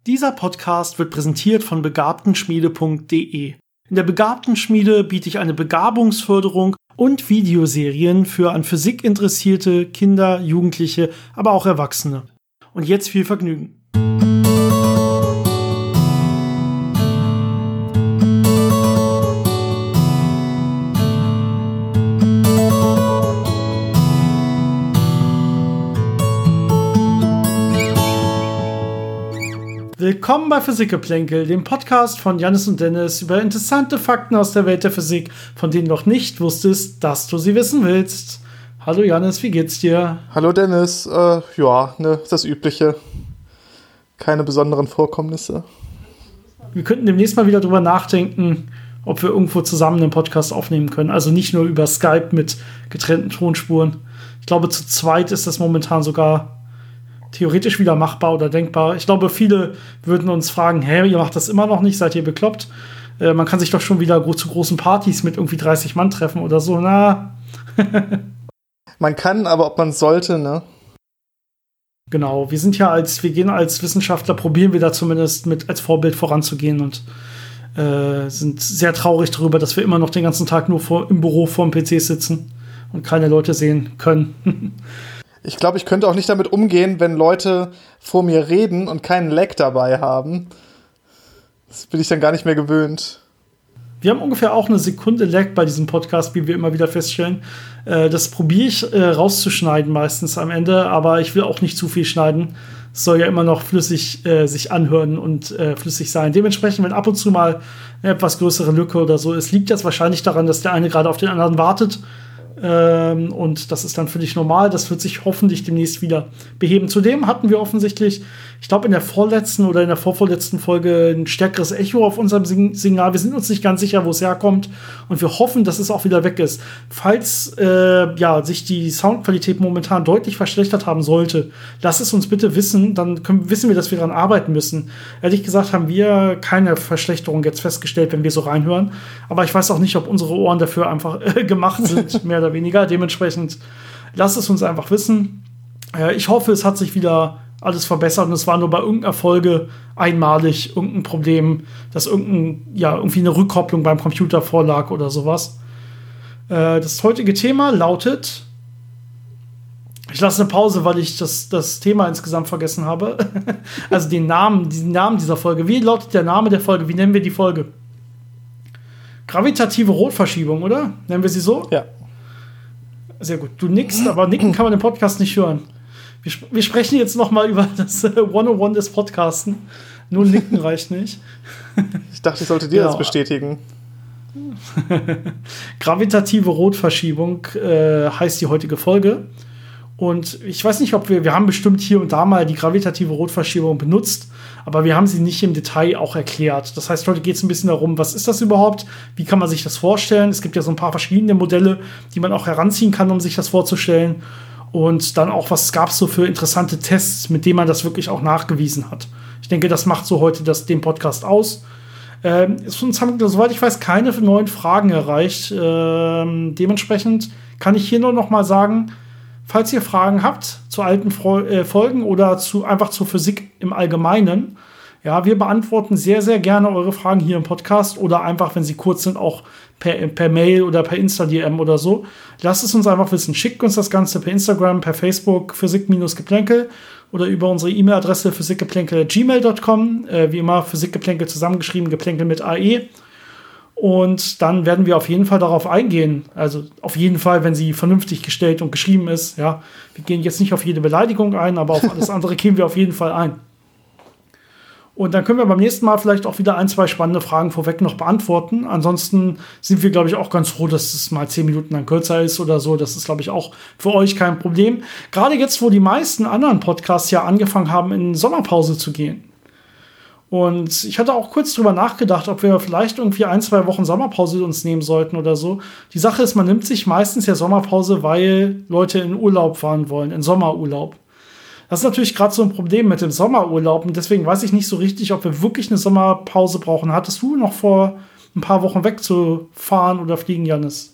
Dieser Podcast wird präsentiert von begabtenschmiede.de. In der Begabtenschmiede biete ich eine Begabungsförderung und Videoserien für an Physik interessierte Kinder, Jugendliche, aber auch Erwachsene. Und jetzt viel Vergnügen. Willkommen bei Physikgeplänkel, dem Podcast von Jannis und Dennis über interessante Fakten aus der Welt der Physik, von denen du noch nicht wusstest, dass du sie wissen willst. Hallo Jannis, wie geht's dir? Hallo Dennis, das Übliche. Keine besonderen Vorkommnisse. Wir könnten demnächst mal wieder drüber nachdenken, ob wir irgendwo zusammen einen Podcast aufnehmen können. Also nicht nur über Skype mit getrennten Tonspuren. Ich glaube, zu zweit ist das momentan sogar theoretisch wieder machbar oder denkbar. Ich glaube, viele würden uns fragen, ihr macht das immer noch nicht, seid ihr bekloppt? Man kann sich doch schon wieder zu großen Partys mit irgendwie 30 Mann treffen oder so, na. Man kann, aber ob man sollte, ne? Genau, wir gehen als Wissenschaftler, probieren wir da zumindest mit als Vorbild voranzugehen und sind sehr traurig darüber, dass wir immer noch den ganzen Tag nur im Büro vorm PC sitzen und keine Leute sehen können. Ich glaube, ich könnte auch nicht damit umgehen, wenn Leute vor mir reden und keinen Lag dabei haben. Das bin ich dann gar nicht mehr gewöhnt. Wir haben ungefähr auch eine Sekunde Lag bei diesem Podcast, wie wir immer wieder feststellen. Das probiere ich rauszuschneiden meistens am Ende, aber ich will auch nicht zu viel schneiden. Es soll ja immer noch flüssig sich anhören und flüssig sein. Dementsprechend, wenn ab und zu mal eine etwas größere Lücke oder so ist, liegt das wahrscheinlich daran, dass der eine gerade auf den anderen wartet. Und das ist dann völlig normal. Das wird sich hoffentlich demnächst wieder beheben. Zudem hatten wir offensichtlich, ich glaube in der vorletzten oder in der vorvorletzten Folge ein stärkeres Echo auf unserem Signal. Wir sind uns nicht ganz sicher, wo es herkommt und wir hoffen, dass es auch wieder weg ist. Falls sich die Soundqualität momentan deutlich verschlechtert haben sollte, lasst es uns bitte wissen, dann wissen wir, dass wir daran arbeiten müssen. Ehrlich gesagt haben wir keine Verschlechterung jetzt festgestellt, wenn wir so reinhören, aber ich weiß auch nicht, ob unsere Ohren dafür einfach gemacht sind, mehr oder weniger. Dementsprechend lasst es uns einfach wissen. Ich hoffe, es hat sich wieder alles verbessert und es war nur bei irgendeiner Folge einmalig irgendein Problem, dass irgendwie eine Rückkopplung beim Computer vorlag oder sowas. Das heutige Thema lautet, ich lasse eine Pause, weil ich das Thema insgesamt vergessen habe. Also diesen Namen dieser Folge. Wie lautet der Name der Folge? Wie nennen wir die Folge? Gravitative Rotverschiebung, oder? Nennen wir sie so? Ja. Sehr gut. Du nickst, aber nicken kann man im Podcast nicht hören. Wir sprechen jetzt noch mal über das 101 des Podcasten. Nur nicken reicht nicht. Ich dachte, ich sollte dir das bestätigen. Gravitative Rotverschiebung heißt die heutige Folge. Und ich weiß nicht, ob wir haben bestimmt hier und da mal die gravitative Rotverschiebung benutzt, aber wir haben sie nicht im Detail auch erklärt. Das heißt, heute geht es ein bisschen darum, was ist das überhaupt? Wie kann man sich das vorstellen? Es gibt ja so ein paar verschiedene Modelle, die man auch heranziehen kann, um sich das vorzustellen. Und dann auch, was gab es so für interessante Tests, mit denen man das wirklich auch nachgewiesen hat. Ich denke, das macht so heute den Podcast aus. Uns haben, soweit ich weiß, keine neuen Fragen erreicht. Dementsprechend kann ich hier nur noch mal sagen, falls ihr Fragen habt zu alten Folgen oder einfach zur Physik im Allgemeinen, ja, wir beantworten sehr, sehr gerne eure Fragen hier im Podcast oder einfach, wenn sie kurz sind, auch per Mail oder per Insta-DM oder so. Lasst es uns einfach wissen. Schickt uns das Ganze per Instagram, per Facebook, Physik-Geplänkel oder über unsere E-Mail-Adresse physikgeplänkel@gmail.com. Wie immer Physikgeplänkel zusammengeschrieben, Geplänkel mit AE. Und dann werden wir auf jeden Fall darauf eingehen. Also auf jeden Fall, wenn sie vernünftig gestellt und geschrieben ist. Ja, wir gehen jetzt nicht auf jede Beleidigung ein, aber auf alles andere gehen wir auf jeden Fall ein. Und dann können wir beim nächsten Mal vielleicht auch wieder 1, 2 spannende Fragen vorweg noch beantworten. Ansonsten sind wir, glaube ich, auch ganz froh, dass es mal 10 Minuten dann kürzer ist oder so. Das ist, glaube ich, auch für euch kein Problem. Gerade jetzt, wo die meisten anderen Podcasts ja angefangen haben, in Sommerpause zu gehen. Und ich hatte auch kurz drüber nachgedacht, ob wir vielleicht irgendwie 1, 2 Wochen Sommerpause uns nehmen sollten oder so. Die Sache ist, man nimmt sich meistens ja Sommerpause, weil Leute in Urlaub fahren wollen, in Sommerurlaub. Das ist natürlich gerade so ein Problem mit dem Sommerurlaub und deswegen weiß ich nicht so richtig, ob wir wirklich eine Sommerpause brauchen. Hattest du noch vor, ein paar Wochen wegzufahren oder fliegen, Jannis?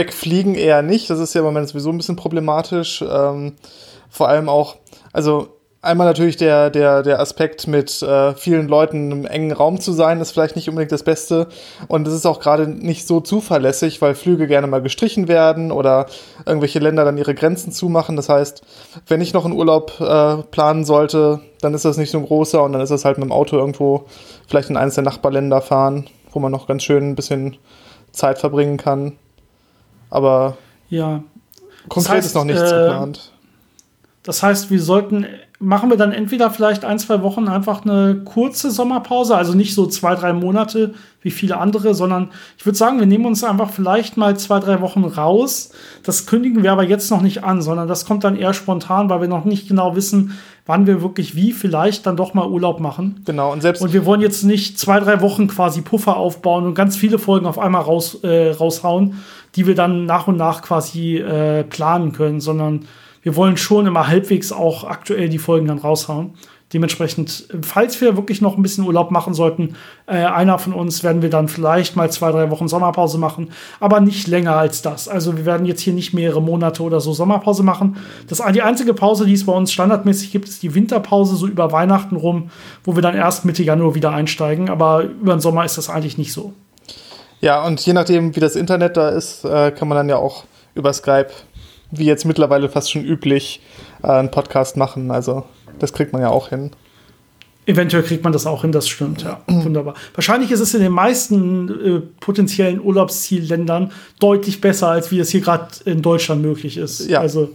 Wegfliegen eher nicht. Das ist ja im Moment sowieso ein bisschen problematisch. Vor allem auch, also einmal natürlich der Aspekt mit vielen Leuten im engen Raum zu sein, ist vielleicht nicht unbedingt das Beste. Und es ist auch gerade nicht so zuverlässig, weil Flüge gerne mal gestrichen werden oder irgendwelche Länder dann ihre Grenzen zumachen. Das heißt, wenn ich noch einen Urlaub planen sollte, dann ist das nicht so ein großer und dann ist das halt mit dem Auto irgendwo vielleicht in eines der Nachbarländer fahren, wo man noch ganz schön ein bisschen Zeit verbringen kann. Aber ja. konkret ist noch nichts geplant. Das heißt, machen wir dann entweder vielleicht 1-2 Wochen einfach eine kurze Sommerpause, also nicht so 2-3 Monate wie viele andere, sondern ich würde sagen, wir nehmen uns einfach vielleicht mal 2-3 Wochen raus. Das kündigen wir aber jetzt noch nicht an, sondern das kommt dann eher spontan, weil wir noch nicht genau wissen, wann wir wirklich vielleicht dann doch mal Urlaub machen. Genau, und wir wollen jetzt nicht 2-3 Wochen quasi Puffer aufbauen und ganz viele Folgen auf einmal raushauen, die wir dann nach und nach quasi planen können, sondern wir wollen schon immer halbwegs auch aktuell die Folgen dann raushauen. Dementsprechend, falls wir wirklich noch ein bisschen Urlaub machen sollten, einer von uns, werden wir dann vielleicht mal 2-3 Wochen Sommerpause machen, aber nicht länger als das. Also wir werden jetzt hier nicht mehrere Monate oder so Sommerpause machen. Die einzige Pause, die es bei uns standardmäßig gibt, ist die Winterpause, so über Weihnachten rum, wo wir dann erst Mitte Januar wieder einsteigen. Aber über den Sommer ist das eigentlich nicht so. Ja, und je nachdem, wie das Internet da ist, kann man dann ja auch über Skype, wie jetzt mittlerweile fast schon üblich, einen Podcast machen. Also das kriegt man ja auch hin. Eventuell kriegt man das auch hin, das stimmt, ja. Wunderbar. Wahrscheinlich ist es in den meisten potenziellen Urlaubszielländern deutlich besser, als wie es hier gerade in Deutschland möglich ist. Ja. Also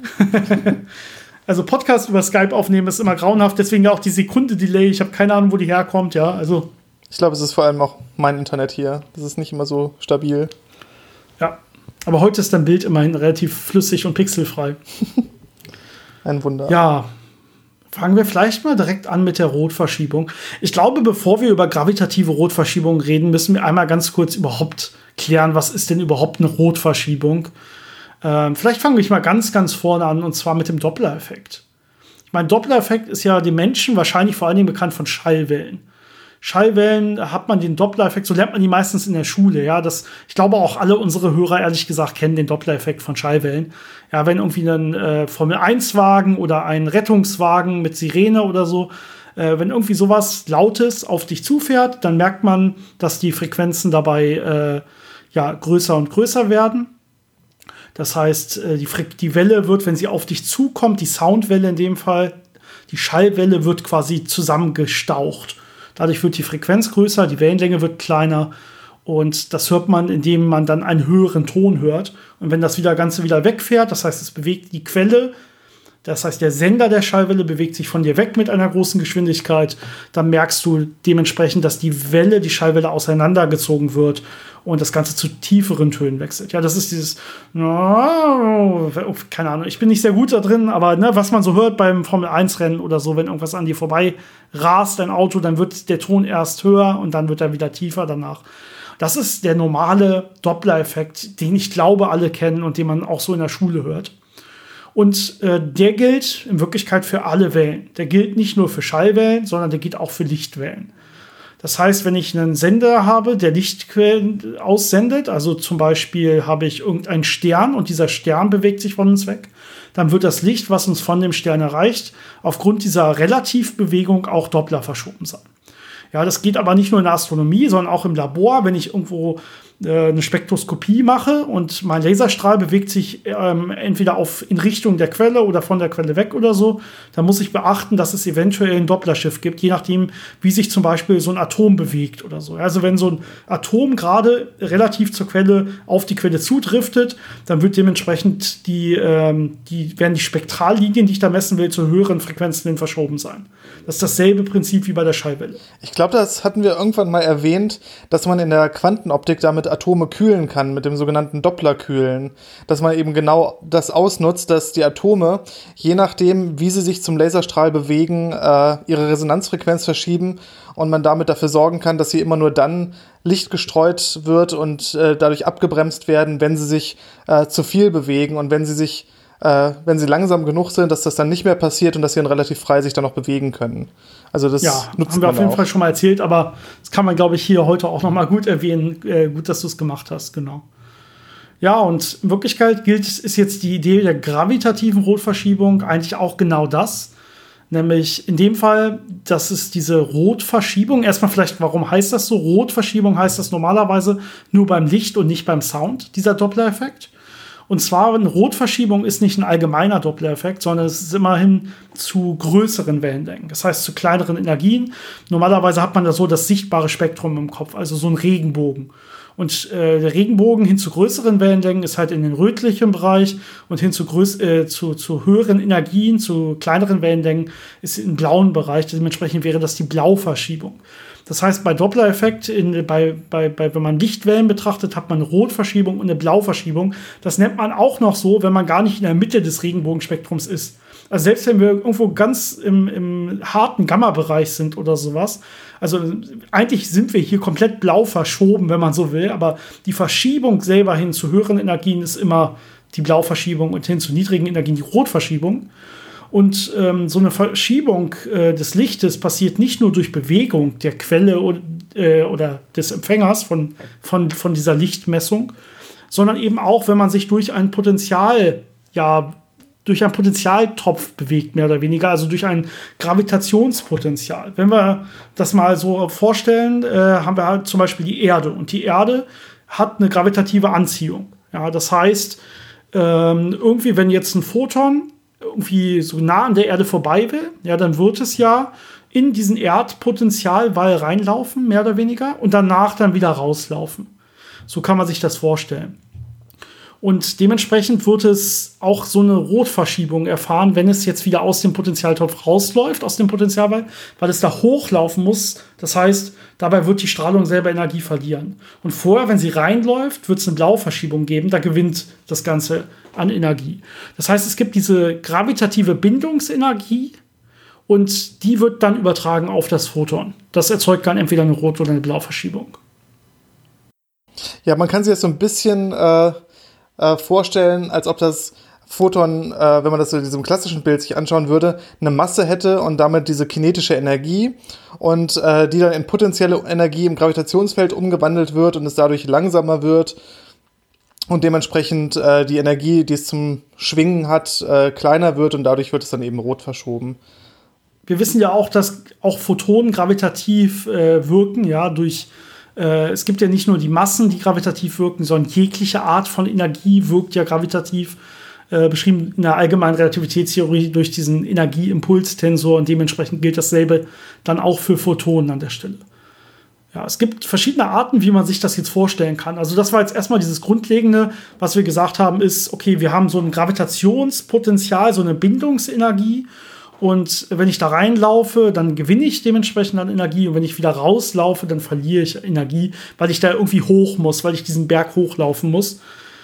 Also Podcast über Skype aufnehmen ist immer grauenhaft, deswegen auch die Sekunde-Delay. Ich habe keine Ahnung, wo die herkommt, ja. Also ich glaube, es ist vor allem auch mein Internet hier. Das ist nicht immer so stabil. Ja, aber heute ist dein Bild immerhin relativ flüssig und pixelfrei. Ein Wunder. Ja, fangen wir vielleicht mal direkt an mit der Rotverschiebung. Ich glaube, bevor wir über gravitative Rotverschiebung reden, müssen wir einmal ganz kurz überhaupt klären, was ist denn überhaupt eine Rotverschiebung? Vielleicht fange ich mal ganz, ganz vorne an, und zwar mit dem Doppler-Effekt. Ich meine, Doppler-Effekt ist ja den Menschen wahrscheinlich vor allen Dingen bekannt von Schallwellen. Schallwellen hat man den Doppler-Effekt, so lernt man die meistens in der Schule. Ja, ich glaube auch alle unsere Hörer, ehrlich gesagt, kennen den Doppler-Effekt von Schallwellen. Ja, wenn irgendwie ein Formel-1-Wagen oder ein Rettungswagen mit Sirene oder so, wenn irgendwie sowas Lautes auf dich zufährt, dann merkt man, dass die Frequenzen dabei größer und größer werden. Das heißt, die Welle wird, wenn sie auf dich zukommt, die Soundwelle in dem Fall, die Schallwelle wird quasi zusammengestaucht. Dadurch wird die Frequenz größer, die Wellenlänge wird kleiner und das hört man, indem man dann einen höheren Ton hört. Und wenn das Ganze wieder wegfährt, das heißt, es bewegt die Quelle, das heißt, der Sender der Schallwelle bewegt sich von dir weg mit einer großen Geschwindigkeit, dann merkst du dementsprechend, dass die Schallwelle auseinandergezogen wird und das Ganze zu tieferen Tönen wechselt. Ja, das ist dieses, keine Ahnung, ich bin nicht sehr gut da drin, aber was man so hört beim Formel-1-Rennen oder so, wenn irgendwas an dir vorbei rast, ein Auto, dann wird der Ton erst höher und dann wird er wieder tiefer danach. Das ist der normale Doppler-Effekt, den ich glaube, alle kennen und den man auch so in der Schule hört. Und der gilt in Wirklichkeit für alle Wellen. Der gilt nicht nur für Schallwellen, sondern der gilt auch für Lichtwellen. Das heißt, wenn ich einen Sender habe, der Lichtquellen aussendet, also zum Beispiel habe ich irgendeinen Stern und dieser Stern bewegt sich von uns weg, dann wird das Licht, was uns von dem Stern erreicht, aufgrund dieser Relativbewegung auch Doppler verschoben sein. Ja, das geht aber nicht nur in der Astronomie, sondern auch im Labor, wenn ich irgendwo eine Spektroskopie mache und mein Laserstrahl bewegt sich entweder in Richtung der Quelle oder von der Quelle weg oder so, dann muss ich beachten, dass es eventuell ein Dopplerschiff gibt, je nachdem, wie sich zum Beispiel so ein Atom bewegt oder so. Also wenn so ein Atom gerade relativ zur Quelle auf die Quelle zudriftet, dann wird dementsprechend werden die Spektrallinien, die ich da messen will, zu höheren Frequenzen hin verschoben sein. Das ist dasselbe Prinzip wie bei der Schallwelle. Ich glaube, das hatten wir irgendwann mal erwähnt, dass man in der Quantenoptik damit Atome kühlen kann, mit dem sogenannten Dopplerkühlen. Dass man eben genau das ausnutzt, dass die Atome, je nachdem, wie sie sich zum Laserstrahl bewegen, ihre Resonanzfrequenz verschieben und man damit dafür sorgen kann, dass sie immer nur dann Licht gestreut wird und dadurch abgebremst werden, wenn sie sich zu viel bewegen und wenn sie langsam genug sind, dass das dann nicht mehr passiert und dass sie dann relativ frei sich dann noch bewegen können. Also das nutzt man haben wir auf jeden Fall schon mal erzählt, aber das kann man, glaube ich, hier heute auch noch mal gut erwähnen. Gut, dass du es gemacht hast, genau. Ja, und in Wirklichkeit ist jetzt die Idee der gravitativen Rotverschiebung eigentlich auch genau das. Nämlich in dem Fall, das ist diese Rotverschiebung. Erstmal vielleicht, warum heißt das so? Rotverschiebung heißt das normalerweise nur beim Licht und nicht beim Sound, dieser Doppler-Effekt. Und zwar, eine Rotverschiebung ist nicht ein allgemeiner Doppler-Effekt, sondern es ist immerhin zu größeren Wellenlängen. Das heißt, zu kleineren Energien. Normalerweise hat man da so das sichtbare Spektrum im Kopf, also so ein Regenbogen. Und der Regenbogen hin zu größeren Wellenlängen ist halt in den rötlichen Bereich und hin zu höheren Energien, zu kleineren Wellenlängen ist im blauen Bereich. Dementsprechend wäre das die Blauverschiebung. Das heißt, bei Doppler-Effekt, wenn man Lichtwellen betrachtet, hat man eine Rotverschiebung und eine Blauverschiebung. Das nennt man auch noch so, wenn man gar nicht in der Mitte des Regenbogenspektrums ist. Also selbst wenn wir irgendwo ganz im harten Gamma-Bereich sind oder sowas, also eigentlich sind wir hier komplett blau verschoben, wenn man so will, aber die Verschiebung selber hin zu höheren Energien ist immer die Blauverschiebung und hin zu niedrigen Energien die Rotverschiebung. Und so eine Verschiebung des Lichtes passiert nicht nur durch Bewegung der Quelle oder des Empfängers von dieser Lichtmessung, sondern eben auch, wenn man sich durch ein Potentialtopf bewegt, mehr oder weniger, also durch ein Gravitationspotenzial. Wenn wir das mal so vorstellen, haben wir halt zum Beispiel die Erde. Und die Erde hat eine gravitative Anziehung. Ja, das heißt, irgendwie, wenn jetzt ein Photon irgendwie so nah an der Erde vorbei will, ja, dann wird es ja in diesen Erdpotentialwall reinlaufen, mehr oder weniger, und danach dann wieder rauslaufen. So kann man sich das vorstellen. Und dementsprechend wird es auch so eine Rotverschiebung erfahren, wenn es jetzt wieder aus dem Potentialtopf rausläuft, aus dem Potentialwall, weil es da hochlaufen muss. Das heißt, dabei wird die Strahlung selber Energie verlieren. Und vorher, wenn sie reinläuft, wird es eine Blauverschiebung geben. Da gewinnt das Ganze an Energie. Das heißt, es gibt diese gravitative Bindungsenergie und die wird dann übertragen auf das Photon. Das erzeugt dann entweder eine Rot- oder eine Blauverschiebung. Ja, man kann sich das so ein bisschen vorstellen, als ob das Photon, wenn man das so in diesem klassischen Bild sich anschauen würde, eine Masse hätte und damit diese kinetische Energie und die dann in potenzielle Energie im Gravitationsfeld umgewandelt wird und es dadurch langsamer wird und dementsprechend die Energie, die es zum Schwingen hat, kleiner wird und dadurch wird es dann eben rot verschoben. Wir wissen ja auch, dass auch Photonen gravitativ wirken, ja, es gibt ja nicht nur die Massen, die gravitativ wirken, sondern jegliche Art von Energie wirkt ja gravitativ, beschrieben in der allgemeinen Relativitätstheorie durch diesen Energieimpulstensor und dementsprechend gilt dasselbe dann auch für Photonen an der Stelle. Ja, es gibt verschiedene Arten, wie man sich das jetzt vorstellen kann. Also das war jetzt erstmal dieses Grundlegende, was wir gesagt haben, ist, okay, wir haben so ein Gravitationspotenzial, so eine Bindungsenergie. Und wenn ich da reinlaufe, dann gewinne ich dementsprechend an Energie. Und wenn ich wieder rauslaufe, dann verliere ich Energie, weil ich da irgendwie hoch muss, weil ich diesen Berg hochlaufen muss.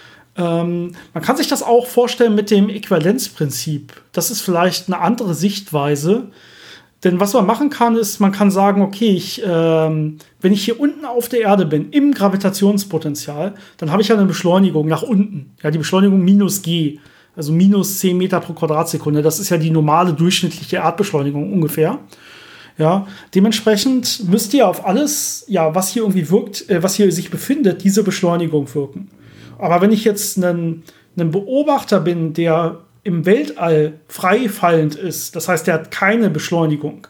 Man kann sich das auch vorstellen mit dem Äquivalenzprinzip. Das ist vielleicht eine andere Sichtweise. Denn was man machen kann, ist, man kann sagen, okay, wenn ich hier unten auf der Erde bin, im Gravitationspotenzial, dann habe ich ja eine Beschleunigung nach unten. Ja, die Beschleunigung minus g. Also minus 10 Meter pro Quadratsekunde. Das ist ja die normale durchschnittliche Erdbeschleunigung ungefähr. Ja, dementsprechend müsst ihr auf alles, ja, was hier irgendwie wirkt, was hier sich befindet, diese Beschleunigung wirken. Aber wenn ich jetzt ein Beobachter bin, der im Weltall frei fallend ist, das heißt, der hat keine Beschleunigung,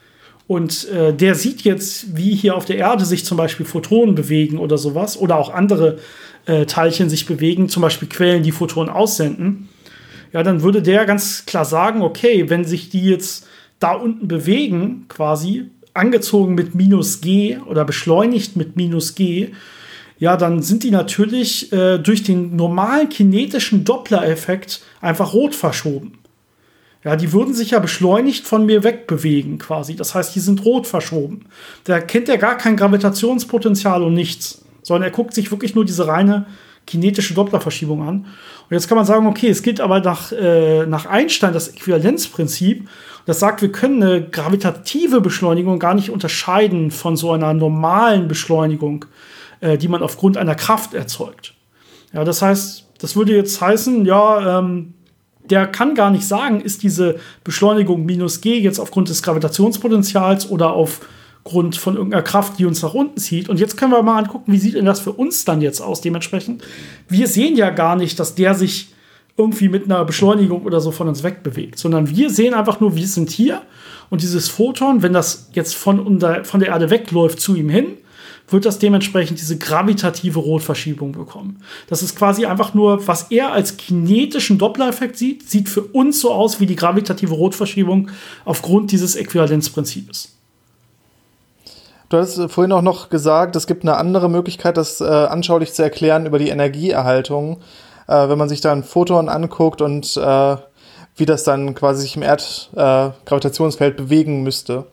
und der sieht jetzt, wie hier auf der Erde sich zum Beispiel Photonen bewegen oder sowas, oder auch andere Teilchen sich bewegen, zum Beispiel Quellen, die Photonen aussenden, ja, dann würde der ganz klar sagen, okay, wenn sich die jetzt da unten bewegen, quasi angezogen mit minus g oder beschleunigt mit minus g, ja, dann sind die natürlich durch den normalen kinetischen Doppler-Effekt einfach rot verschoben. Ja, die würden sich ja beschleunigt von mir wegbewegen quasi. Das heißt, die sind rot verschoben. Da kennt er gar kein Gravitationspotenzial und nichts, sondern er guckt sich wirklich nur diese reine kinetische Dopplerverschiebung an. Und jetzt kann man sagen, okay, es gilt aber nach Einstein das Äquivalenzprinzip. Das sagt, wir können eine gravitative Beschleunigung gar nicht unterscheiden von so einer normalen Beschleunigung, die man aufgrund einer Kraft erzeugt. Ja, das heißt, das würde jetzt heißen, ja, der kann gar nicht sagen, ist diese Beschleunigung minus g jetzt aufgrund des Gravitationspotenzials oder aufgrund von irgendeiner Kraft, die uns nach unten zieht. Und jetzt können wir mal angucken, wie sieht denn das für uns dann jetzt aus dementsprechend. Wir sehen ja gar nicht, dass der sich irgendwie mit einer Beschleunigung oder so von uns wegbewegt, sondern wir sehen einfach nur, wir sind hier und dieses Photon, wenn das jetzt von der Erde wegläuft zu ihm hin, wird das dementsprechend diese gravitative Rotverschiebung bekommen. Das ist quasi einfach nur, was er als kinetischen Doppler-Effekt sieht für uns so aus wie die gravitative Rotverschiebung aufgrund dieses Äquivalenzprinzips. Du hast vorhin auch noch gesagt, es gibt eine andere Möglichkeit, das anschaulich zu erklären über die Energieerhaltung, wenn man sich da ein Photon anguckt und wie das dann quasi sich im Erdgravitationsfeld bewegen müsste.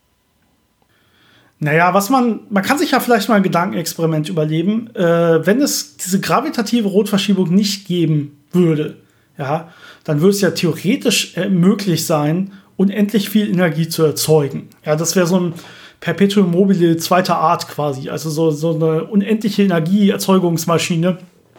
Naja, man kann sich ja vielleicht mal ein Gedankenexperiment überleben, wenn es diese gravitative Rotverschiebung nicht geben würde, ja, dann würde es ja theoretisch möglich sein, unendlich viel Energie zu erzeugen. Ja, das wäre so ein Perpetuum mobile zweiter Art quasi, also so eine unendliche Energieerzeugungsmaschine.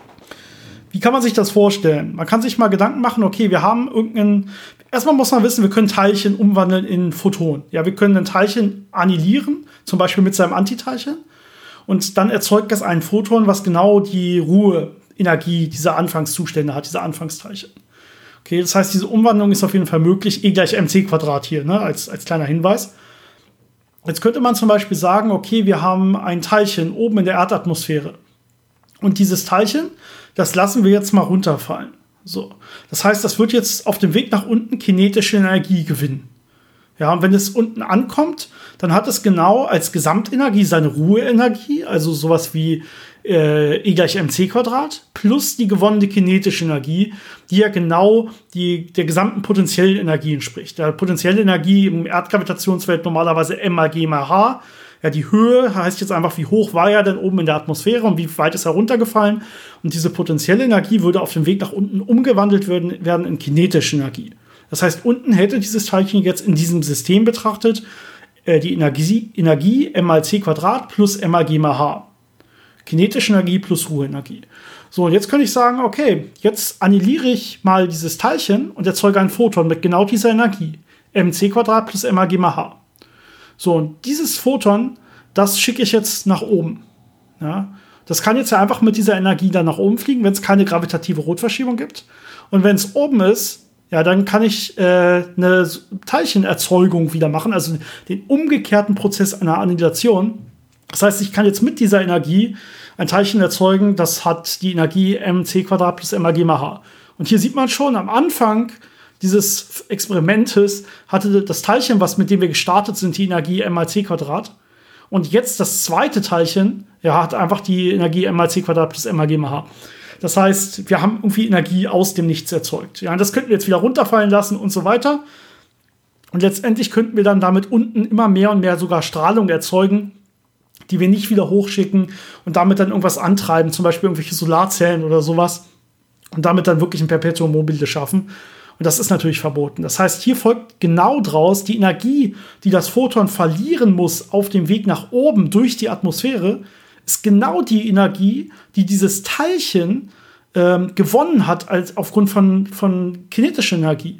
Wie kann man sich das vorstellen? Man kann sich mal Gedanken machen, okay, wir haben erstmal muss man wissen, wir können Teilchen umwandeln in Photonen. Ja, wir können ein Teilchen annihilieren, zum Beispiel mit seinem Antiteilchen. Und dann erzeugt das ein Photon, was genau die Ruheenergie dieser Anfangszustände hat, dieser Anfangsteilchen. Okay, das heißt, diese Umwandlung ist auf jeden Fall möglich, E = mc² hier, ne, als kleiner Hinweis. Jetzt könnte man zum Beispiel sagen, okay, wir haben ein Teilchen oben in der Erdatmosphäre. Und dieses Teilchen, das lassen wir jetzt mal runterfallen. So. Das heißt, das wird jetzt auf dem Weg nach unten kinetische Energie gewinnen. Ja, und wenn es unten ankommt, dann hat es genau als Gesamtenergie seine Ruheenergie, also sowas wie E = mc² plus die gewonnene kinetische Energie, die ja genau der gesamten potenziellen Energie entspricht. Der potenzielle Energie im Erdgravitationsfeld normalerweise m mal g mal h. Ja, die Höhe heißt jetzt einfach, wie hoch war er denn oben in der Atmosphäre und wie weit ist er runtergefallen. Und diese potenzielle Energie würde auf dem Weg nach unten umgewandelt werden in kinetische Energie. Das heißt, unten hätte dieses Teilchen jetzt in diesem System betrachtet die Energie m mal c² plus m mal g mal h. Kinetische Energie plus Ruheenergie. So, und jetzt könnte ich sagen, okay, jetzt annihiliere ich mal dieses Teilchen und erzeuge ein Photon mit genau dieser Energie. mc² plus m mal g mal h. So, und dieses Photon, das schicke ich jetzt nach oben. Ja, das kann jetzt ja einfach mit dieser Energie dann nach oben fliegen, wenn es keine gravitative Rotverschiebung gibt. Und wenn es oben ist, ja, dann kann ich eine Teilchenerzeugung wieder machen, also den umgekehrten Prozess einer Annihilation. Das heißt, ich kann jetzt mit dieser Energie ein Teilchen erzeugen, das hat die Energie mc² plus m mal g mal h. Und hier sieht man schon, am Anfang dieses Experimentes hatte das Teilchen, mit dem wir gestartet sind, die Energie m mal c². Und jetzt das zweite Teilchen, ja, hat einfach die Energie m mal c² plus m mal g mal h. Das heißt, wir haben irgendwie Energie aus dem Nichts erzeugt. Ja, und das könnten wir jetzt wieder runterfallen lassen und so weiter. Und letztendlich könnten wir dann damit unten immer mehr und mehr sogar Strahlung erzeugen, die wir nicht wieder hochschicken und damit dann irgendwas antreiben, zum Beispiel irgendwelche Solarzellen oder sowas und damit dann wirklich ein Perpetuum mobile schaffen. Und das ist natürlich verboten. Das heißt, hier folgt genau draus die Energie, die das Photon verlieren muss auf dem Weg nach oben durch die Atmosphäre, ist genau die Energie, die dieses Teilchen gewonnen hat aufgrund von kinetischer Energie.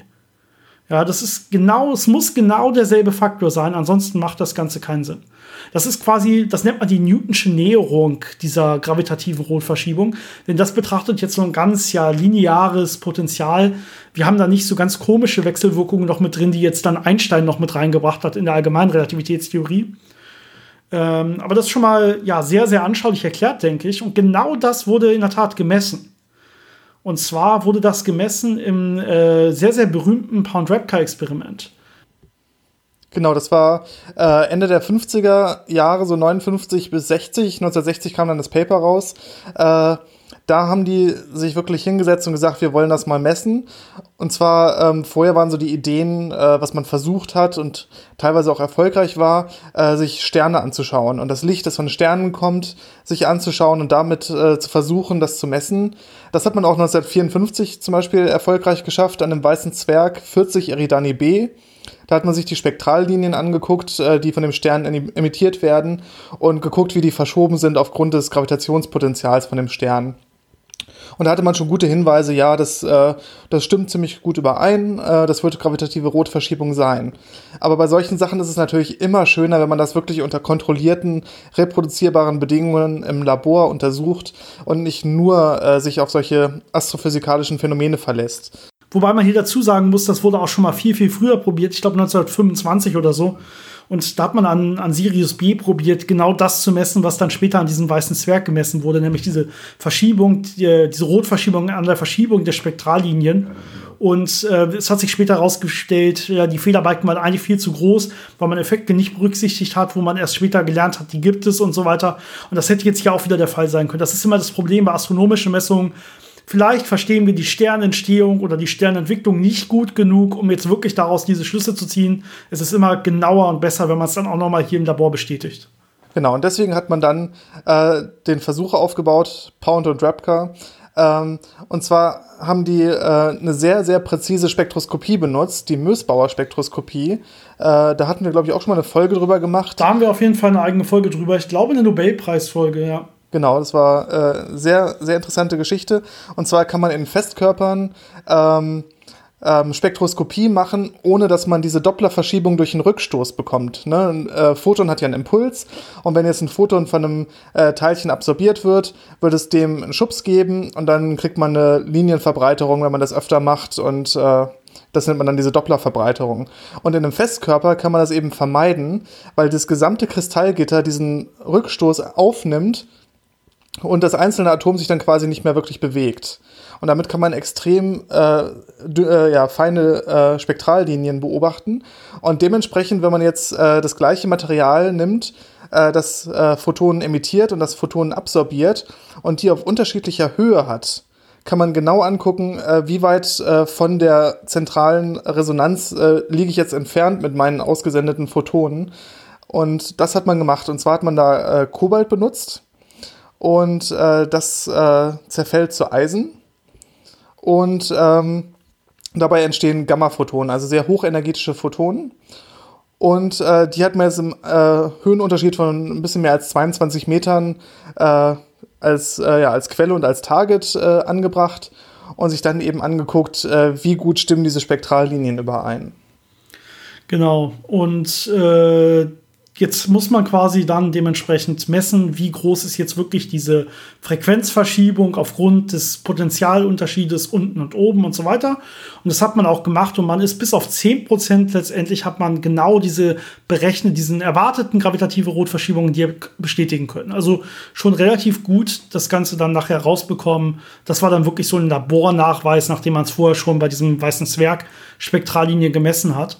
Ja, es muss genau derselbe Faktor sein, ansonsten macht das Ganze keinen Sinn. Das ist quasi, das nennt man die Newtonsche Näherung dieser gravitativen Rotverschiebung, denn das betrachtet jetzt so ein ganz lineares Potenzial. Wir haben da nicht so ganz komische Wechselwirkungen noch mit drin, die jetzt dann Einstein noch mit reingebracht hat in der allgemeinen Relativitätstheorie. Aber das ist schon mal sehr, sehr anschaulich erklärt, denke ich. Und genau das wurde in der Tat gemessen. Und zwar wurde das gemessen im sehr, sehr berühmten Pound-Repka-Experiment. Genau, das war Ende der 50er Jahre, so 59 bis 60. 1960 kam dann das Paper raus. Da haben die sich wirklich hingesetzt und gesagt, wir wollen das mal messen. Und zwar vorher waren so die Ideen, was man versucht hat und teilweise auch erfolgreich war, sich Sterne anzuschauen. Und das Licht, das von Sternen kommt, sich anzuschauen und damit zu versuchen, das zu messen. Das hat man auch 1954 zum Beispiel erfolgreich geschafft an einem weißen Zwerg 40 Eridani b. Da hat man sich die Spektrallinien angeguckt, die von dem Stern emittiert werden und geguckt, wie die verschoben sind aufgrund des Gravitationspotenzials von dem Stern. Und da hatte man schon gute Hinweise, ja, das stimmt ziemlich gut überein, das wird gravitative Rotverschiebung sein. Aber bei solchen Sachen ist es natürlich immer schöner, wenn man das wirklich unter kontrollierten, reproduzierbaren Bedingungen im Labor untersucht und nicht nur sich auf solche astrophysikalischen Phänomene verlässt. Wobei man hier dazu sagen muss, das wurde auch schon mal viel, viel früher probiert. Ich glaube 1925 oder so. Und da hat man an Sirius B probiert, genau das zu messen, was dann später an diesem weißen Zwerg gemessen wurde, nämlich diese Verschiebung, diese Rotverschiebung an der Verschiebung der Spektrallinien. Und es hat sich später herausgestellt, ja, die Fehlerbalken waren eigentlich viel zu groß, weil man Effekte nicht berücksichtigt hat, wo man erst später gelernt hat, die gibt es und so weiter. Und das hätte jetzt hier auch wieder der Fall sein können. Das ist immer das Problem bei astronomischen Messungen. Vielleicht verstehen wir die Sternentstehung oder die Sternentwicklung nicht gut genug, um jetzt wirklich daraus diese Schlüsse zu ziehen. Es ist immer genauer und besser, wenn man es dann auch noch mal hier im Labor bestätigt. Genau, und deswegen hat man dann den Versuch aufgebaut, Pound und Drabka. Und zwar haben die eine sehr, sehr präzise Spektroskopie benutzt, die Mösbauer-Spektroskopie. Da hatten wir, glaube ich, auch schon mal eine Folge drüber gemacht. Da haben wir auf jeden Fall eine eigene Folge drüber. Ich glaube, eine Nobelpreisfolge, ja. Genau, das war sehr, sehr interessante Geschichte. Und zwar kann man in Festkörpern Spektroskopie machen, ohne dass man diese Dopplerverschiebung durch einen Rückstoß bekommt. Ne? Ein Photon hat ja einen Impuls und wenn jetzt ein Photon von einem Teilchen absorbiert wird, wird es dem einen Schubs geben und dann kriegt man eine Linienverbreiterung, wenn man das öfter macht und das nennt man dann diese Dopplerverbreiterung. Und in einem Festkörper kann man das eben vermeiden, weil das gesamte Kristallgitter diesen Rückstoß aufnimmt und das einzelne Atom sich dann quasi nicht mehr wirklich bewegt. Und damit kann man extrem feine Spektrallinien beobachten. Und dementsprechend, wenn man jetzt das gleiche Material nimmt, das Photonen emittiert und das Photonen absorbiert und die auf unterschiedlicher Höhe hat, kann man genau angucken, wie weit von der zentralen Resonanz liege ich jetzt entfernt mit meinen ausgesendeten Photonen. Und das hat man gemacht. Und zwar hat man da Kobalt benutzt. Und das zerfällt zu Eisen. Und dabei entstehen Gamma-Photonen, also sehr hochenergetische Photonen. Und die hat man jetzt im Höhenunterschied von ein bisschen mehr als 22 Metern als Quelle und als Target angebracht und sich dann eben angeguckt, wie gut stimmen diese Spektrallinien überein. Genau. Und jetzt muss man quasi dann dementsprechend messen, wie groß ist jetzt wirklich diese Frequenzverschiebung aufgrund des Potentialunterschiedes unten und oben und so weiter. Und das hat man auch gemacht und man ist bis auf 10% letztendlich hat man genau diesen erwarteten gravitative Rotverschiebungen die bestätigen können. Also schon relativ gut das Ganze dann nachher rausbekommen. Das war dann wirklich so ein Labornachweis, nachdem man es vorher schon bei diesem weißen Zwerg Spektrallinie gemessen hat.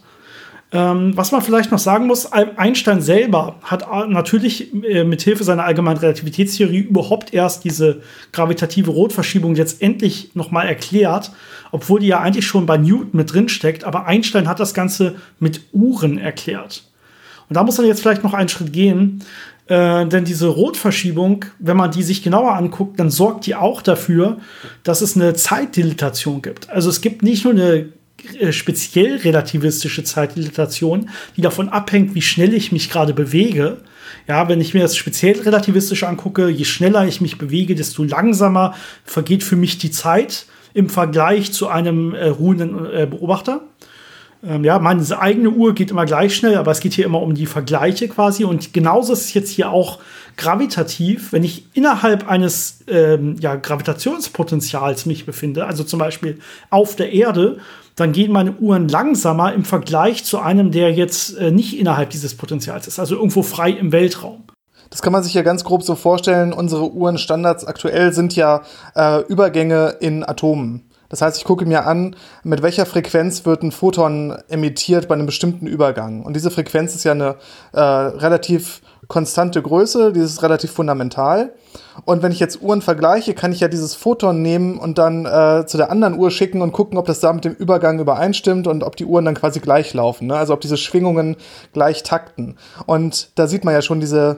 Was man vielleicht noch sagen muss, Einstein selber hat natürlich mit Hilfe seiner allgemeinen Relativitätstheorie überhaupt erst diese gravitative Rotverschiebung jetzt endlich noch mal erklärt, obwohl die ja eigentlich schon bei Newton mit drin steckt, aber Einstein hat das Ganze mit Uhren erklärt. Und da muss man jetzt vielleicht noch einen Schritt gehen, denn diese Rotverschiebung, wenn man die sich genauer anguckt, dann sorgt die auch dafür, dass es eine Zeitdilatation gibt. Also es gibt nicht nur eine speziell relativistische Zeitdilatation, die davon abhängt, wie schnell ich mich gerade bewege. Ja, wenn ich mir das speziell relativistisch angucke, je schneller ich mich bewege, desto langsamer vergeht für mich die Zeit im Vergleich zu einem ruhenden Beobachter. Meine eigene Uhr geht immer gleich schnell, aber es geht hier immer um die Vergleiche quasi. Und genauso ist es jetzt hier auch gravitativ, wenn ich innerhalb eines Gravitationspotenzials mich befinde, also zum Beispiel auf der Erde, dann gehen meine Uhren langsamer im Vergleich zu einem, der jetzt nicht innerhalb dieses Potenzials ist, also irgendwo frei im Weltraum. Das kann man sich ja ganz grob so vorstellen. Unsere Uhrenstandards aktuell sind ja Übergänge in Atomen. Das heißt, ich gucke mir an, mit welcher Frequenz wird ein Photon emittiert bei einem bestimmten Übergang. Und diese Frequenz ist ja eine relativ konstante Größe, die ist relativ fundamental. Und wenn ich jetzt Uhren vergleiche, kann ich ja dieses Photon nehmen und dann zu der anderen Uhr schicken und gucken, ob das da mit dem Übergang übereinstimmt und ob die Uhren dann quasi gleich laufen, ne? Also ob diese Schwingungen gleich takten. Und da sieht man ja schon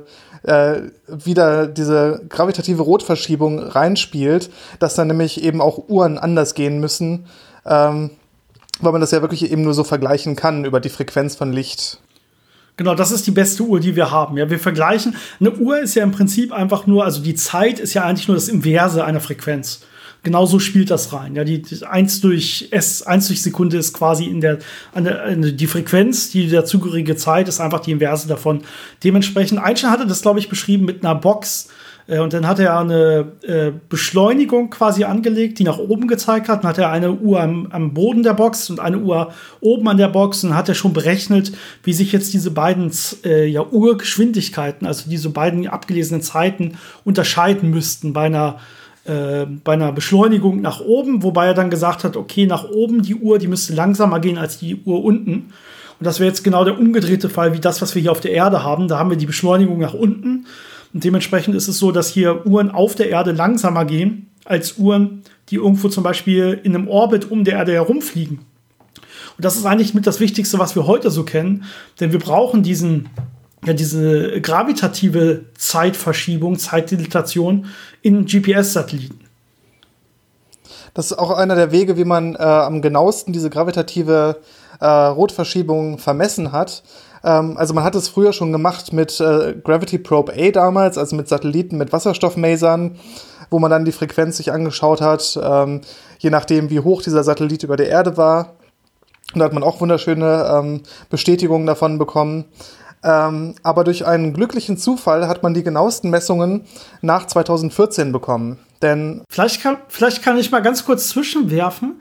wieder diese gravitative Rotverschiebung reinspielt, dass dann nämlich eben auch Uhren anders gehen müssen, weil man das ja wirklich eben nur so vergleichen kann über die Frequenz von Licht. Genau, das ist die beste Uhr, die wir haben. Ja, wir vergleichen. Eine Uhr ist ja im Prinzip einfach nur, also die Zeit ist ja eigentlich nur das Inverse einer Frequenz. genauso spielt das rein. Ja, die 1 durch Sekunde ist quasi die Frequenz, die dazugehörige Zeit ist einfach die Inverse davon. Dementsprechend, Einstein hatte das, glaube ich, beschrieben mit einer Box. Und dann hat er eine Beschleunigung quasi angelegt, die nach oben gezeigt hat. Dann hat er eine Uhr am Boden der Box und eine Uhr oben an der Box. Und dann hat er schon berechnet, wie sich jetzt diese beiden Uhrgeschwindigkeiten, also diese beiden abgelesenen Zeiten, unterscheiden müssten bei einer Beschleunigung nach oben. Wobei er dann gesagt hat, okay, nach oben die Uhr, die müsste langsamer gehen als die Uhr unten. Und das wäre jetzt genau der umgedrehte Fall wie das, was wir hier auf der Erde haben. Da haben wir die Beschleunigung nach unten. Und dementsprechend ist es so, dass hier Uhren auf der Erde langsamer gehen als Uhren, die irgendwo zum Beispiel in einem Orbit um der Erde herumfliegen. Und das ist eigentlich mit das Wichtigste, was wir heute so kennen. Denn wir brauchen diese gravitative Zeitverschiebung, Zeitdilatation in GPS-Satelliten. Das ist auch einer der Wege, wie man am genauesten diese gravitative Rotverschiebung vermessen hat. Also man hat es früher schon gemacht mit Gravity Probe A damals, also mit Satelliten, mit Wasserstoffmasern, wo man dann die Frequenz sich angeschaut hat, je nachdem, wie hoch dieser Satellit über der Erde war. Und da hat man auch wunderschöne Bestätigungen davon bekommen. Aber durch einen glücklichen Zufall hat man die genauesten Messungen nach 2014 bekommen. Denn vielleicht kann ich mal ganz kurz zwischenwerfen,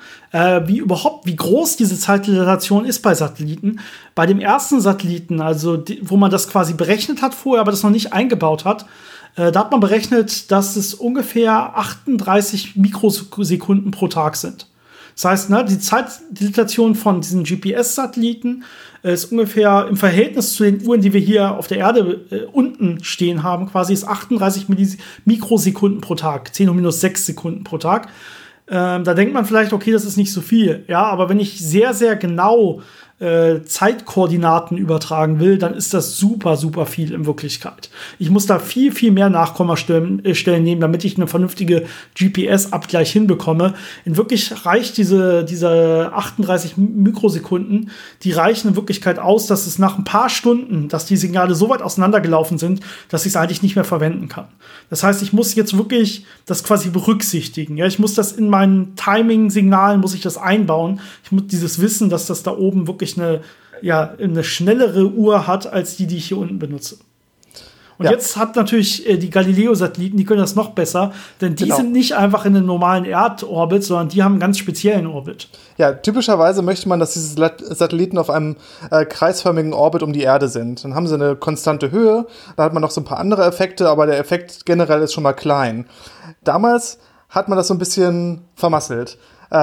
wie groß diese Zeitdilatation ist bei Satelliten. Bei dem ersten Satelliten, also wo man das quasi berechnet hat vorher, aber das noch nicht eingebaut hat, da hat man berechnet, dass es ungefähr 38 Mikrosekunden pro Tag sind. Das heißt, die Zeitdilatation von diesen GPS-Satelliten ist ungefähr im Verhältnis zu den Uhren, die wir hier auf der Erde unten stehen haben, quasi ist 38 Mikrosekunden pro Tag, 10⁻⁶ Sekunden pro Tag. Da denkt man vielleicht, okay, das ist nicht so viel. Ja, aber wenn ich sehr, sehr genau Zeitkoordinaten übertragen will, dann ist das super, super viel in Wirklichkeit. Ich muss da viel, viel mehr Nachkommastellen nehmen, damit ich eine vernünftige GPS-Abgleich hinbekomme. In Wirklichkeit reicht diese 38 Mikrosekunden, die reichen in Wirklichkeit aus, dass es nach ein paar Stunden, dass die Signale so weit auseinandergelaufen sind, dass ich es eigentlich nicht mehr verwenden kann. Das heißt, ich muss jetzt wirklich das quasi berücksichtigen. Ja, ich muss das in meinen Timing-Signalen muss ich das einbauen. Ich muss dieses Wissen, dass das da oben wirklich eine schnellere Uhr hat, als die ich hier unten benutze. Und jetzt hat natürlich die Galileo-Satelliten, die können das noch besser, denn die sind nicht einfach in einem normalen Erdorbit, sondern die haben einen ganz speziellen Orbit. Ja, typischerweise möchte man, dass diese Satelliten auf einem kreisförmigen Orbit um die Erde sind. Dann haben sie eine konstante Höhe, da hat man noch so ein paar andere Effekte, aber der Effekt generell ist schon mal klein. Damals hat man das so ein bisschen vermasselt.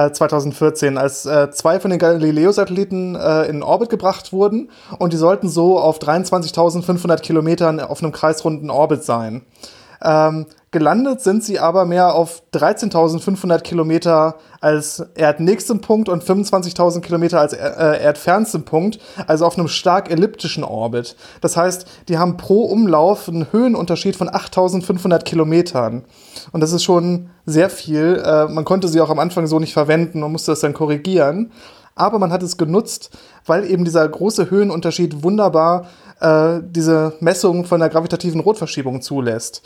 2014, als 2 von den Galileo-Satelliten in Orbit gebracht wurden und die sollten so auf 23.500 Kilometern auf einem kreisrunden Orbit sein. Gelandet sind sie aber mehr auf 13.500 Kilometer als erdnächstem Punkt und 25.000 Kilometer als erdfernstem Punkt, also auf einem stark elliptischen Orbit. Das heißt, die haben pro Umlauf einen Höhenunterschied von 8.500 Kilometern. Und das ist schon sehr viel. Man konnte sie auch am Anfang so nicht verwenden, man musste das dann korrigieren. Aber man hat es genutzt, weil eben dieser große Höhenunterschied wunderbar diese Messung von der gravitativen Rotverschiebung zulässt.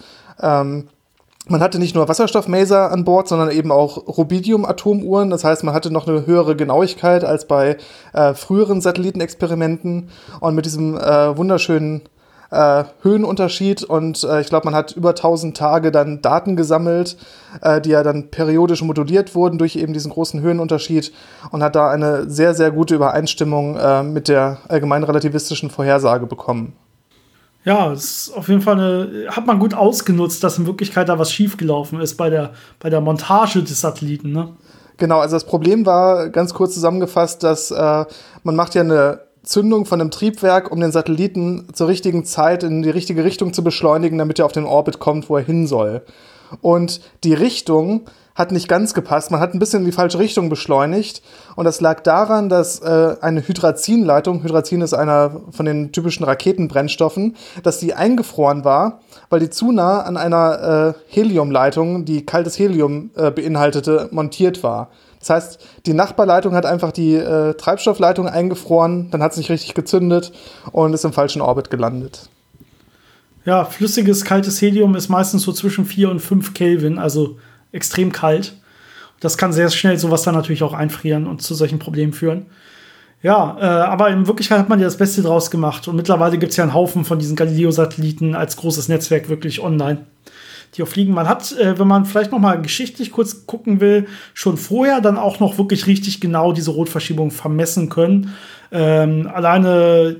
Man hatte nicht nur Wasserstoffmaser an Bord, sondern eben auch Rubidium-Atomuhren. Das heißt, man hatte noch eine höhere Genauigkeit als bei früheren Satellitenexperimenten. Und mit diesem wunderschönen Höhenunterschied und ich glaube, man hat über 1000 Tage dann Daten gesammelt, die ja dann periodisch moduliert wurden durch eben diesen großen Höhenunterschied und hat da eine sehr, sehr gute Übereinstimmung mit der allgemein relativistischen Vorhersage bekommen. Ja, das ist auf jeden Fall hat man gut ausgenutzt, dass in Wirklichkeit da was schiefgelaufen ist bei der Montage des Satelliten, ne? Genau, also das Problem war, ganz kurz zusammengefasst, dass man macht ja eine Zündung von einem Triebwerk, um den Satelliten zur richtigen Zeit in die richtige Richtung zu beschleunigen, damit er auf den Orbit kommt, wo er hin soll. Und die Richtung hat nicht ganz gepasst. Man hat ein bisschen in die falsche Richtung beschleunigt. Und das lag daran, dass eine Hydrazinleitung, Hydrazin ist einer von den typischen Raketenbrennstoffen, dass die eingefroren war, weil die zu nah an einer Heliumleitung, die kaltes Helium beinhaltete, montiert war. Das heißt, die Nachbarleitung hat einfach die Treibstoffleitung eingefroren, dann hat es nicht richtig gezündet und ist im falschen Orbit gelandet. Ja, flüssiges, kaltes Helium ist meistens so zwischen 4 und 5 Kelvin, also extrem kalt. Das kann sehr schnell sowas dann natürlich auch einfrieren und zu solchen Problemen führen. Ja, aber in Wirklichkeit hat man ja das Beste draus gemacht. Und mittlerweile gibt es ja einen Haufen von diesen Galileo-Satelliten als großes Netzwerk wirklich online, die auch fliegen. Man hat, wenn man vielleicht noch mal geschichtlich kurz gucken will, schon vorher dann auch noch wirklich richtig genau diese Rotverschiebung vermessen können. Alleine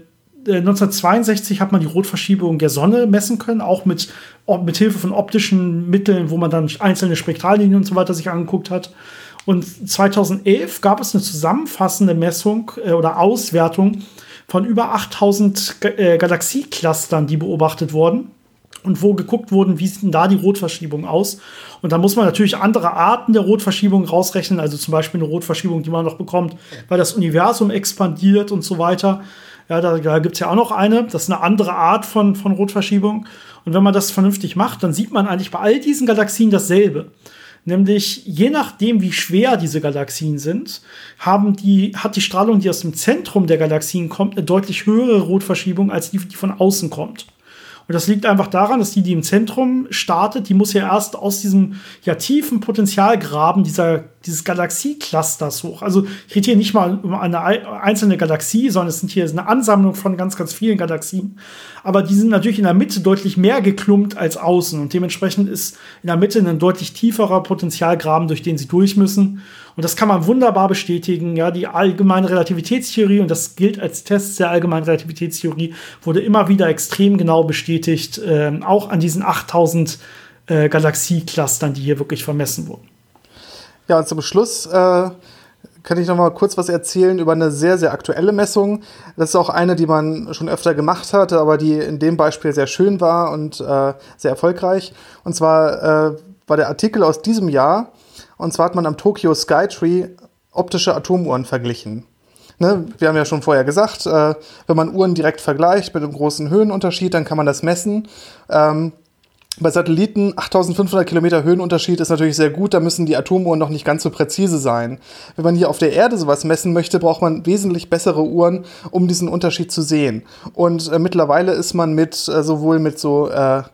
1962 hat man die Rotverschiebung der Sonne messen können, auch mit Hilfe von optischen Mitteln, wo man dann einzelne Spektrallinien und so weiter sich angeguckt hat. Und 2011 gab es eine zusammenfassende Messung oder Auswertung von über 8000 Galaxieclustern, die beobachtet wurden und wo geguckt wurden, wie sieht denn da die Rotverschiebung aus. Und da muss man natürlich andere Arten der Rotverschiebung rausrechnen, also zum Beispiel eine Rotverschiebung, die man noch bekommt, weil das Universum expandiert und so weiter. Ja, da gibt es ja auch noch eine. Das ist eine andere Art von Rotverschiebung. Und wenn man das vernünftig macht, dann sieht man eigentlich bei all diesen Galaxien dasselbe. Nämlich, je nachdem, wie schwer diese Galaxien sind, hat die Strahlung, die aus dem Zentrum der Galaxien kommt, eine deutlich höhere Rotverschiebung als die von außen kommt. Und das liegt einfach daran, dass die im Zentrum startet, die muss ja erst aus diesem tiefen Potentialgraben dieses Galaxieclusters hoch. Also ich rede hier nicht mal um eine einzelne Galaxie, sondern es sind hier eine Ansammlung von ganz, ganz vielen Galaxien. Aber die sind natürlich in der Mitte deutlich mehr geklumpt als außen. Und dementsprechend ist in der Mitte ein deutlich tieferer Potentialgraben, durch den sie durch müssen. Und das kann man wunderbar bestätigen. Ja, die allgemeine Relativitätstheorie, und das gilt als Test der allgemeinen Relativitätstheorie, wurde immer wieder extrem genau bestätigt, auch an diesen 8000 Galaxieclustern, die hier wirklich vermessen wurden. Ja, und zum Schluss kann ich noch mal kurz was erzählen über eine sehr, sehr aktuelle Messung. Das ist auch eine, die man schon öfter gemacht hatte, aber die in dem Beispiel sehr schön war und sehr erfolgreich. Und zwar war der Artikel aus diesem Jahr. Und zwar hat man am Tokyo Skytree optische Atomuhren verglichen. Ne? Wir haben ja schon vorher gesagt, wenn man Uhren direkt vergleicht mit einem großen Höhenunterschied, dann kann man das messen. Bei Satelliten 8500 Kilometer Höhenunterschied ist natürlich sehr gut, da müssen die Atomuhren noch nicht ganz so präzise sein. Wenn man hier auf der Erde sowas messen möchte, braucht man wesentlich bessere Uhren, um diesen Unterschied zu sehen. Und mittlerweile ist man sowohl mit so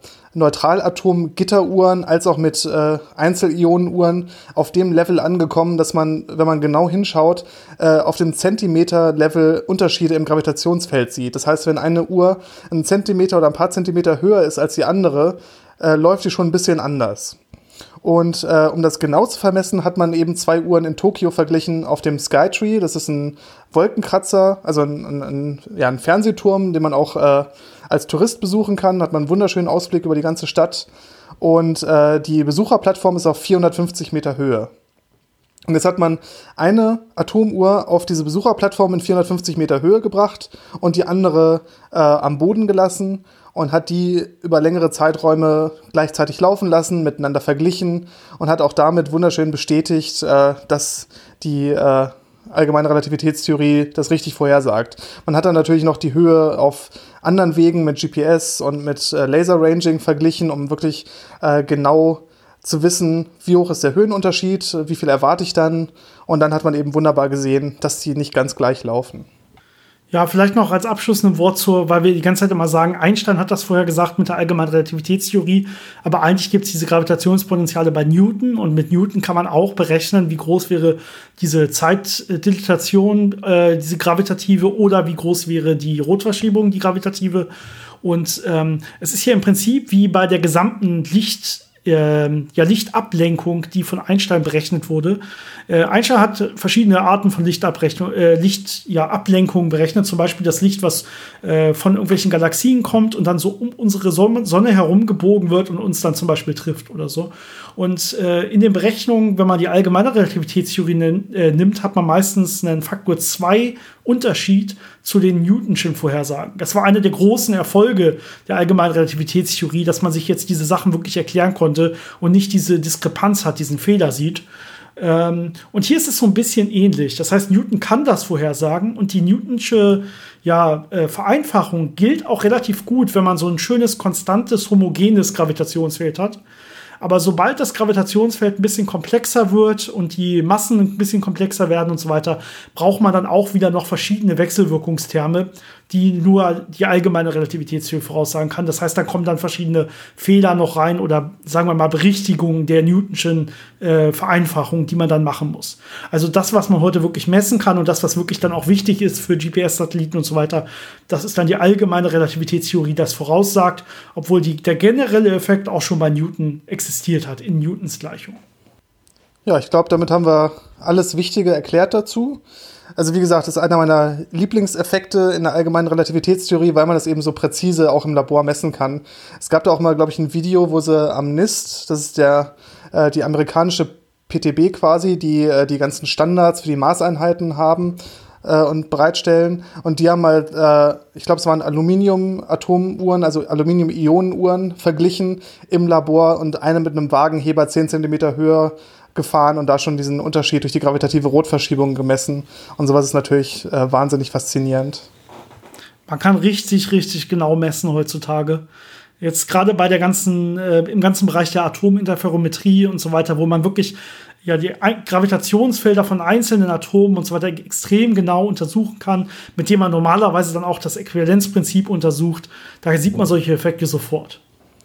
Neutralatom-Gitteruhren als auch mit Einzelionenuhren auf dem Level angekommen, dass man, wenn man genau hinschaut, auf dem Zentimeter-Level Unterschiede im Gravitationsfeld sieht. Das heißt, wenn eine Uhr einen Zentimeter oder ein paar Zentimeter höher ist als die andere, läuft die schon ein bisschen anders. Und um das genau zu vermessen, hat man eben 2 Uhren in Tokio verglichen auf dem Skytree. Das ist ein Wolkenkratzer, also ein Fernsehturm, den man auch als Tourist besuchen kann. Hat man einen wunderschönen Ausblick über die ganze Stadt. Und die Besucherplattform ist auf 450 Meter Höhe. Und jetzt hat man eine Atomuhr auf diese Besucherplattform in 450 Meter Höhe gebracht und die andere am Boden gelassen und hat die über längere Zeiträume gleichzeitig laufen lassen, miteinander verglichen und hat auch damit wunderschön bestätigt, dass die allgemeine Relativitätstheorie das richtig vorhersagt. Man hat dann natürlich noch die Höhe auf anderen Wegen mit GPS und mit Laser-Ranging verglichen, um wirklich genau zu wissen, wie hoch ist der Höhenunterschied, wie viel erwarte ich dann. Und dann hat man eben wunderbar gesehen, dass die nicht ganz gleich laufen. Ja, vielleicht noch als Abschluss ein Wort weil wir die ganze Zeit immer sagen, Einstein hat das vorher gesagt mit der allgemeinen Relativitätstheorie, aber eigentlich gibt es diese Gravitationspotenziale bei Newton und mit Newton kann man auch berechnen, wie groß wäre diese Zeitdilatation, diese gravitative, oder wie groß wäre die Rotverschiebung, die gravitative. Und es ist hier im Prinzip wie bei der gesamten Lichtablenkung, die von Einstein berechnet wurde. Einstein hat verschiedene Arten von Lichtablenkung berechnet, zum Beispiel das Licht, was von irgendwelchen Galaxien kommt und dann so um unsere Sonne herum gebogen wird und uns dann zum Beispiel trifft oder so. Und in den Berechnungen, wenn man die allgemeine Relativitätstheorie nimmt, hat man meistens einen Faktor 2 Unterschied zu den Newtonschen Vorhersagen. Das war einer der großen Erfolge der allgemeinen Relativitätstheorie, dass man sich jetzt diese Sachen wirklich erklären konnte und nicht diese Diskrepanz hat, diesen Fehler sieht. Und hier ist es so ein bisschen ähnlich. Das heißt, Newton kann das vorhersagen und die Newtonsche Vereinfachung gilt auch relativ gut, wenn man so ein schönes, konstantes, homogenes Gravitationsfeld hat. Aber sobald das Gravitationsfeld ein bisschen komplexer wird und die Massen ein bisschen komplexer werden und so weiter, braucht man dann auch wieder noch verschiedene Wechselwirkungsterme, die nur die allgemeine Relativitätstheorie voraussagen kann. Das heißt, da kommen dann verschiedene Fehler noch rein oder sagen wir mal Berichtigungen der Newtonschen Vereinfachung, die man dann machen muss. Also das, was man heute wirklich messen kann und das, was wirklich dann auch wichtig ist für GPS-Satelliten und so weiter, das ist dann die allgemeine Relativitätstheorie, das voraussagt, obwohl der generelle Effekt auch schon bei Newton existiert hat, in Newtons Gleichung. Ja, ich glaube, damit haben wir alles Wichtige erklärt dazu. Also wie gesagt, das ist einer meiner Lieblingseffekte in der allgemeinen Relativitätstheorie, weil man das eben so präzise auch im Labor messen kann. Es gab da auch mal, glaube ich, ein Video, wo sie am NIST, das ist die amerikanische PTB quasi, die die ganzen Standards für die Maßeinheiten haben und bereitstellen. Und die haben mal, ich glaube, es waren Aluminium-Atomuhren, also Aluminium-Ionen-Uhren verglichen im Labor und eine mit einem Wagenheber 10 Zentimeter höher gefahren und da schon diesen Unterschied durch die gravitative Rotverschiebung gemessen. Und sowas ist natürlich wahnsinnig faszinierend. Man kann richtig, richtig genau messen heutzutage. Jetzt gerade bei im ganzen Bereich der Atominterferometrie und so weiter, wo man wirklich ja die Gravitationsfelder von einzelnen Atomen und so weiter extrem genau untersuchen kann, mit dem man normalerweise dann auch das Äquivalenzprinzip untersucht. Da sieht man solche Effekte sofort.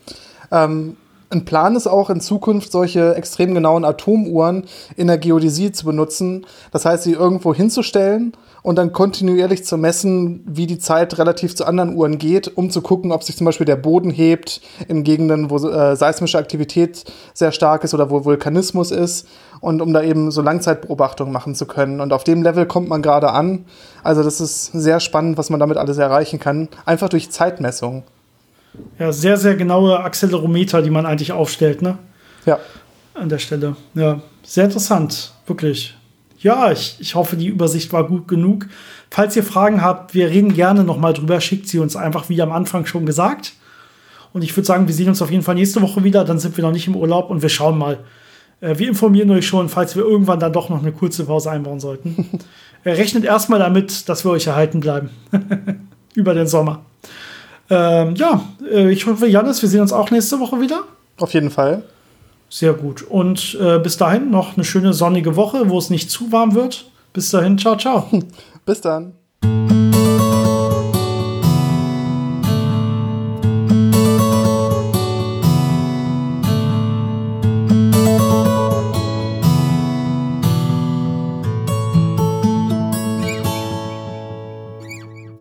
Ein Plan ist auch in Zukunft, solche extrem genauen Atomuhren in der Geodäsie zu benutzen. Das heißt, sie irgendwo hinzustellen und dann kontinuierlich zu messen, wie die Zeit relativ zu anderen Uhren geht, um zu gucken, ob sich zum Beispiel der Boden hebt in Gegenden, wo seismische Aktivität sehr stark ist oder wo Vulkanismus ist und um da eben so Langzeitbeobachtungen machen zu können. Und auf dem Level kommt man gerade an. Also das ist sehr spannend, was man damit alles erreichen kann, einfach durch Zeitmessung. Ja, sehr, sehr genaue Accelerometer, die man eigentlich aufstellt, ne? Ja. An der Stelle. Ja, sehr interessant, wirklich. Ja, ich hoffe, die Übersicht war gut genug. Falls ihr Fragen habt, wir reden gerne noch mal drüber. Schickt sie uns einfach, wie am Anfang schon gesagt. Und ich würde sagen, wir sehen uns auf jeden Fall nächste Woche wieder. Dann sind wir noch nicht im Urlaub und wir schauen mal. Wir informieren euch schon, falls wir irgendwann dann doch noch eine kurze Pause einbauen sollten. Rechnet erstmal damit, dass wir euch erhalten bleiben. Über den Sommer. Ich hoffe, Jannis, wir sehen uns auch nächste Woche wieder. Auf jeden Fall. Sehr gut. Und bis dahin noch eine schöne sonnige Woche, wo es nicht zu warm wird. Bis dahin, ciao, ciao. Bis dann.